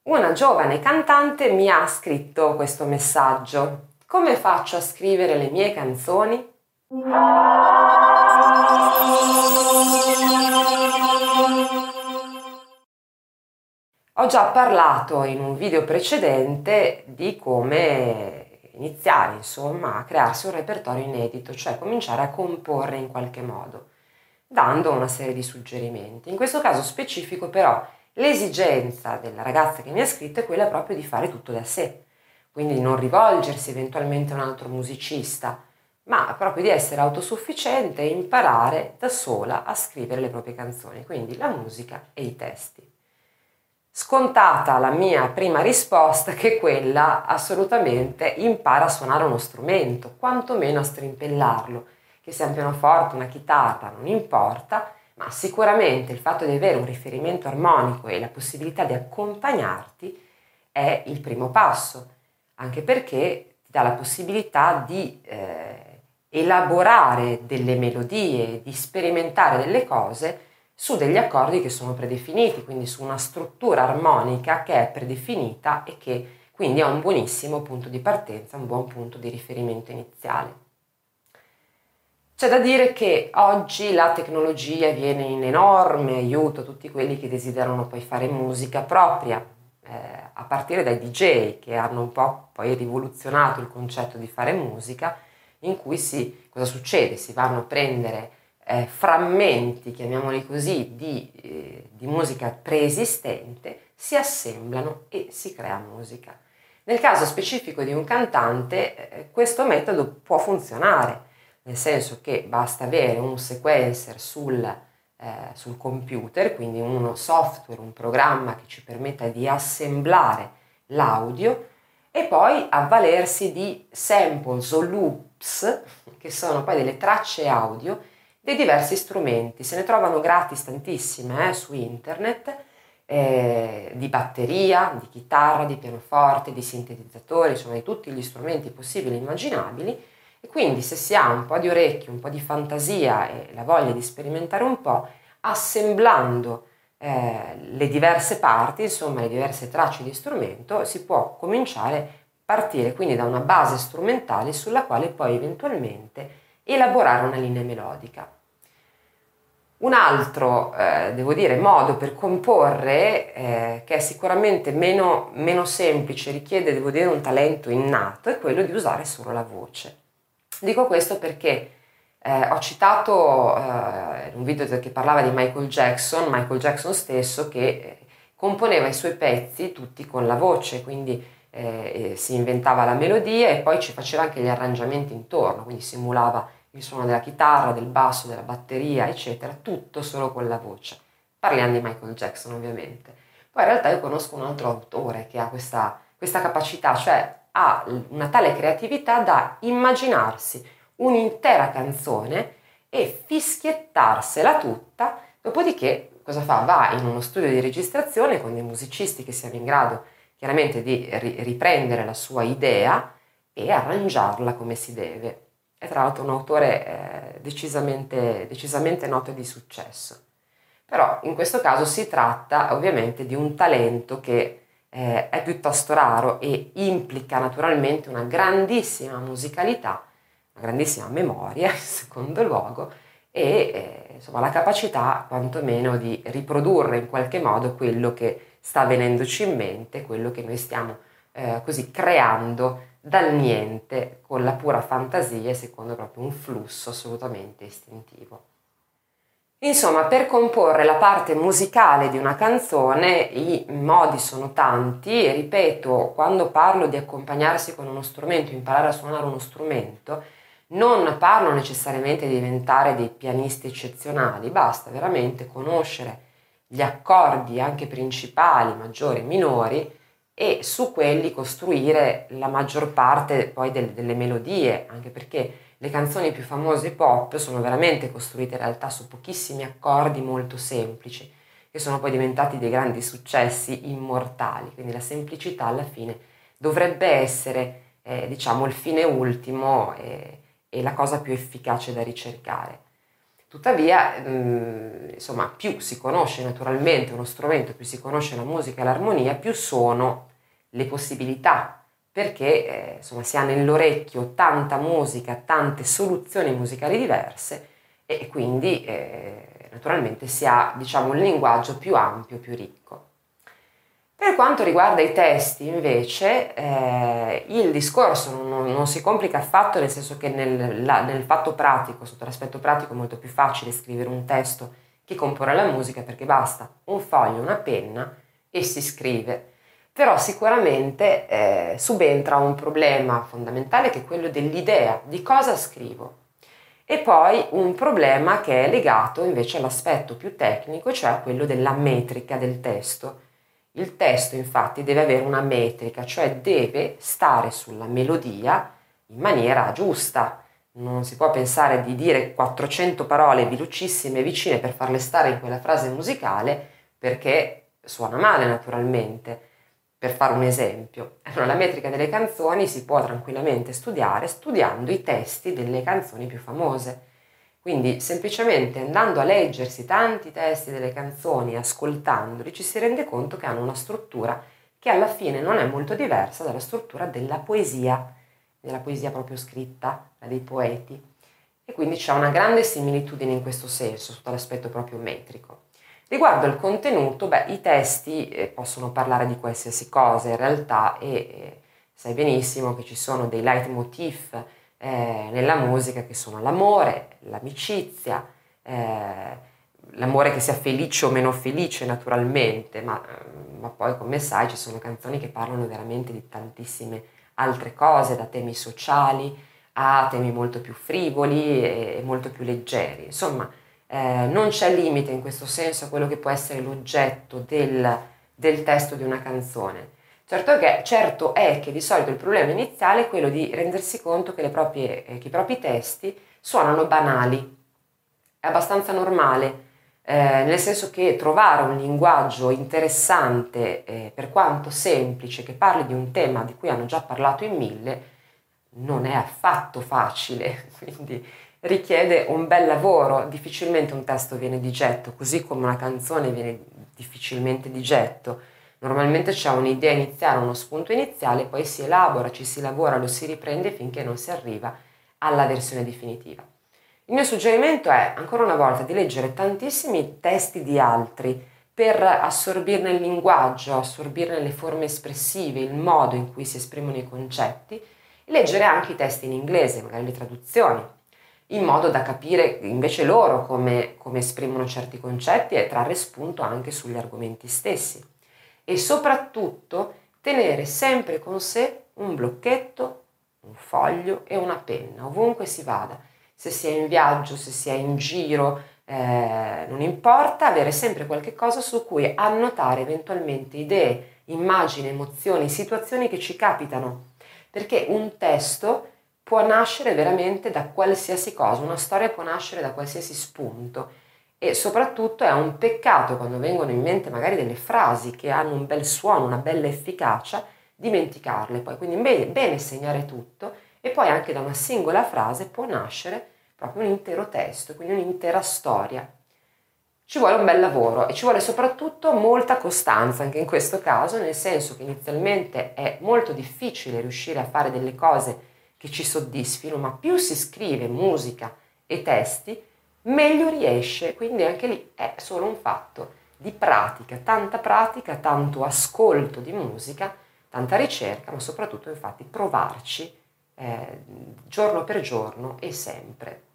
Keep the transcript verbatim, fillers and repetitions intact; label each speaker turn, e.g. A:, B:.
A: Una giovane cantante mi ha scritto questo messaggio: come faccio a scrivere le mie canzoni? Ho già parlato in un video precedente di come iniziare, insomma, a crearsi un repertorio inedito, cioè cominciare a comporre in qualche modo, dando una serie di suggerimenti. In questo caso specifico, però, l'esigenza della ragazza che mi ha scritto è quella proprio di fare tutto da sé, quindi di non rivolgersi eventualmente a un altro musicista, ma proprio di essere autosufficiente e imparare da sola a scrivere le proprie canzoni, quindi la musica e i testi. Scontata la mia prima risposta, che è quella assolutamente: impara a suonare uno strumento, quantomeno a strimpellarlo, che sia un pianoforte, una chitarra, non importa, ma sicuramente il fatto di avere un riferimento armonico e la possibilità di accompagnarti è il primo passo, anche perché ti dà la possibilità di eh, elaborare delle melodie, di sperimentare delle cose su degli accordi che sono predefiniti, quindi su una struttura armonica che è predefinita e che quindi ha un buonissimo punto di partenza, un buon punto di riferimento iniziale. C'è da dire che oggi la tecnologia viene in enorme aiuto a tutti quelli che desiderano poi fare musica propria, eh, a partire dai D J, che hanno un po' poi rivoluzionato il concetto di fare musica, in cui si, cosa succede? Si vanno a prendere eh, frammenti, chiamiamoli così, di, eh, di musica preesistente, si assemblano e si crea musica. Nel caso specifico di un cantante, eh, questo metodo può funzionare, nel senso che basta avere un sequencer sul, eh, sul computer, quindi uno software, un programma che ci permetta di assemblare l'audio e poi avvalersi di samples o loops, che sono poi delle tracce audio dei diversi strumenti. Se ne trovano gratis tantissime eh, su internet, eh, di batteria, di chitarra, di pianoforte, di sintetizzatori, insomma di tutti gli strumenti possibili e immaginabili. E quindi se si ha un po' di orecchio, un po' di fantasia e la voglia di sperimentare un po', assemblando eh, le diverse parti, insomma le diverse tracce di strumento, si può cominciare a partire quindi da una base strumentale sulla quale poi eventualmente elaborare una linea melodica. Un altro, eh, devo dire, modo per comporre, eh, che è sicuramente meno, meno semplice, richiede, devo dire, un talento innato, è quello di usare solo la voce. Dico questo perché eh, ho citato eh, un video che parlava di Michael Jackson, Michael Jackson stesso che eh, componeva i suoi pezzi tutti con la voce, quindi eh, si inventava la melodia e poi ci faceva anche gli arrangiamenti intorno, quindi simulava il suono della chitarra, del basso, della batteria, eccetera, tutto solo con la voce. Parliamo di Michael Jackson, ovviamente. Poi in realtà io conosco un altro autore che ha questa, questa capacità, cioè ha una tale creatività da immaginarsi un'intera canzone e fischiettarsela tutta, dopodiché cosa fa? Va in uno studio di registrazione con dei musicisti che siano in grado chiaramente di ri- riprendere la sua idea e arrangiarla come si deve. È tra l'altro un autore eh, decisamente, decisamente noto e di successo. Però in questo caso si tratta ovviamente di un talento che eh, è piuttosto raro e implica naturalmente una grandissima musicalità, una grandissima memoria in secondo luogo e eh, insomma la capacità quantomeno di riprodurre in qualche modo quello che sta venendoci in mente, quello che noi stiamo eh, così creando dal niente con la pura fantasia e secondo proprio un flusso assolutamente istintivo. Insomma, per comporre la parte musicale di una canzone i modi sono tanti e ripeto, quando parlo di accompagnarsi con uno strumento, imparare a suonare uno strumento, non parlo necessariamente di diventare dei pianisti eccezionali, basta veramente conoscere gli accordi anche principali, maggiori e minori, e su quelli costruire la maggior parte poi del, delle melodie, anche perché le canzoni più famose pop sono veramente costruite in realtà su pochissimi accordi molto semplici, che sono poi diventati dei grandi successi immortali, quindi la semplicità alla fine dovrebbe essere eh, diciamo il fine ultimo e, e la cosa più efficace da ricercare. Tuttavia, mh, insomma, più si conosce naturalmente uno strumento, più si conosce la musica e l'armonia, più sono le possibilità, perché eh, insomma, si ha nell'orecchio tanta musica, tante soluzioni musicali diverse e quindi eh, naturalmente si ha, diciamo, un linguaggio più ampio, più ricco. Per quanto riguarda i testi, invece, eh, il discorso non, non si complica affatto, nel senso che nel, la, nel fatto pratico, sotto l'aspetto pratico, è molto più facile scrivere un testo che comporre la musica, perché basta un foglio, una penna e si scrive. Però sicuramente eh, subentra un problema fondamentale, che è quello dell'idea, di cosa scrivo. E poi un problema che è legato invece all'aspetto più tecnico, cioè quello della metrica del testo. Il testo infatti deve avere una metrica, cioè deve stare sulla melodia in maniera giusta. Non si può pensare di dire quattrocento parole velocissime e vicine per farle stare in quella frase musicale, perché suona male naturalmente. Per fare un esempio, allora, la metrica delle canzoni si può tranquillamente studiare studiando i testi delle canzoni più famose. Quindi semplicemente andando a leggersi tanti testi delle canzoni e ascoltandoli ci si rende conto che hanno una struttura che alla fine non è molto diversa dalla struttura della poesia, della poesia proprio scritta dai poeti. E quindi c'è una grande similitudine in questo senso, sotto l'aspetto proprio metrico. Riguardo al contenuto, beh, i testi eh, possono parlare di qualsiasi cosa in realtà, e eh, sai benissimo che ci sono dei leitmotiv eh, nella musica, che sono l'amore, l'amicizia, eh, l'amore che sia felice o meno felice naturalmente, ma, ma poi, come sai, ci sono canzoni che parlano veramente di tantissime altre cose, da temi sociali a temi molto più frivoli e, e molto più leggeri. Insomma, eh, non c'è limite in questo senso a quello che può essere l'oggetto del, del testo di una canzone. Certo, che, certo è che di solito il problema iniziale è quello di rendersi conto che, le proprie, eh, che i propri testi suonano banali. È abbastanza normale, eh, nel senso che trovare un linguaggio interessante, eh, per quanto semplice, che parli di un tema di cui hanno già parlato in mille, non è affatto facile, quindi richiede un bel lavoro. Difficilmente un testo viene di getto, così come una canzone viene difficilmente di getto. Normalmente c'è un'idea iniziale, uno spunto iniziale, poi si elabora, ci si lavora, lo si riprende finché non si arriva alla versione definitiva. Il mio suggerimento è, ancora una volta, di leggere tantissimi testi di altri per assorbirne il linguaggio, assorbirne le forme espressive, il modo in cui si esprimono i concetti, e leggere anche i testi in inglese, magari le traduzioni, in modo da capire invece loro come, come esprimono certi concetti e trarre spunto anche sugli argomenti stessi. E soprattutto tenere sempre con sé un blocchetto, un foglio e una penna, ovunque si vada. Se si è in viaggio, se si è in giro, eh, non importa, avere sempre qualche cosa su cui annotare eventualmente idee, immagini, emozioni, situazioni che ci capitano. Perché un testo può nascere veramente da qualsiasi cosa, una storia può nascere da qualsiasi spunto, e soprattutto è un peccato, quando vengono in mente magari delle frasi che hanno un bel suono, una bella efficacia, dimenticarle poi. Quindi bene, bene segnare tutto, e poi anche da una singola frase può nascere proprio un intero testo, quindi un'intera storia. Ci vuole un bel lavoro e ci vuole soprattutto molta costanza anche in questo caso, nel senso che inizialmente è molto difficile riuscire a fare delle cose che ci soddisfino, ma più si scrive musica e testi, meglio riesce. Quindi anche lì è solo un fatto di pratica, tanta pratica, tanto ascolto di musica, tanta ricerca, ma soprattutto infatti provarci eh, giorno per giorno e sempre.